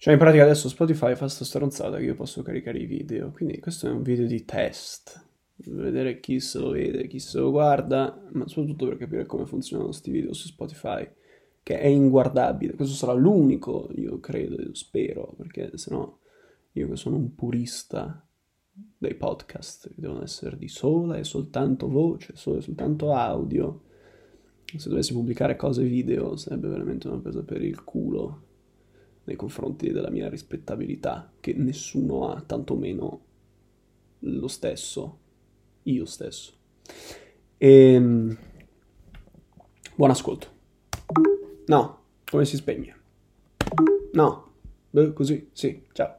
Cioè, in pratica adesso Spotify fa sta stronzata che io posso caricare i video, quindi questo è un video di test, per vedere chi se lo vede, chi se lo guarda, ma soprattutto per capire come funzionano sti video su Spotify, che è inguardabile. Questo sarà l'unico, io credo, io spero, perché sennò io che sono un purista dei podcast, che devono essere di sola e soltanto voce, solo e soltanto audio. Se dovessi pubblicare cose video sarebbe veramente una presa per il culo nei confronti della mia rispettabilità, che nessuno ha, tantomeno lo stesso, io stesso. E... buon ascolto. No, come si spegne? No, così, sì, ciao.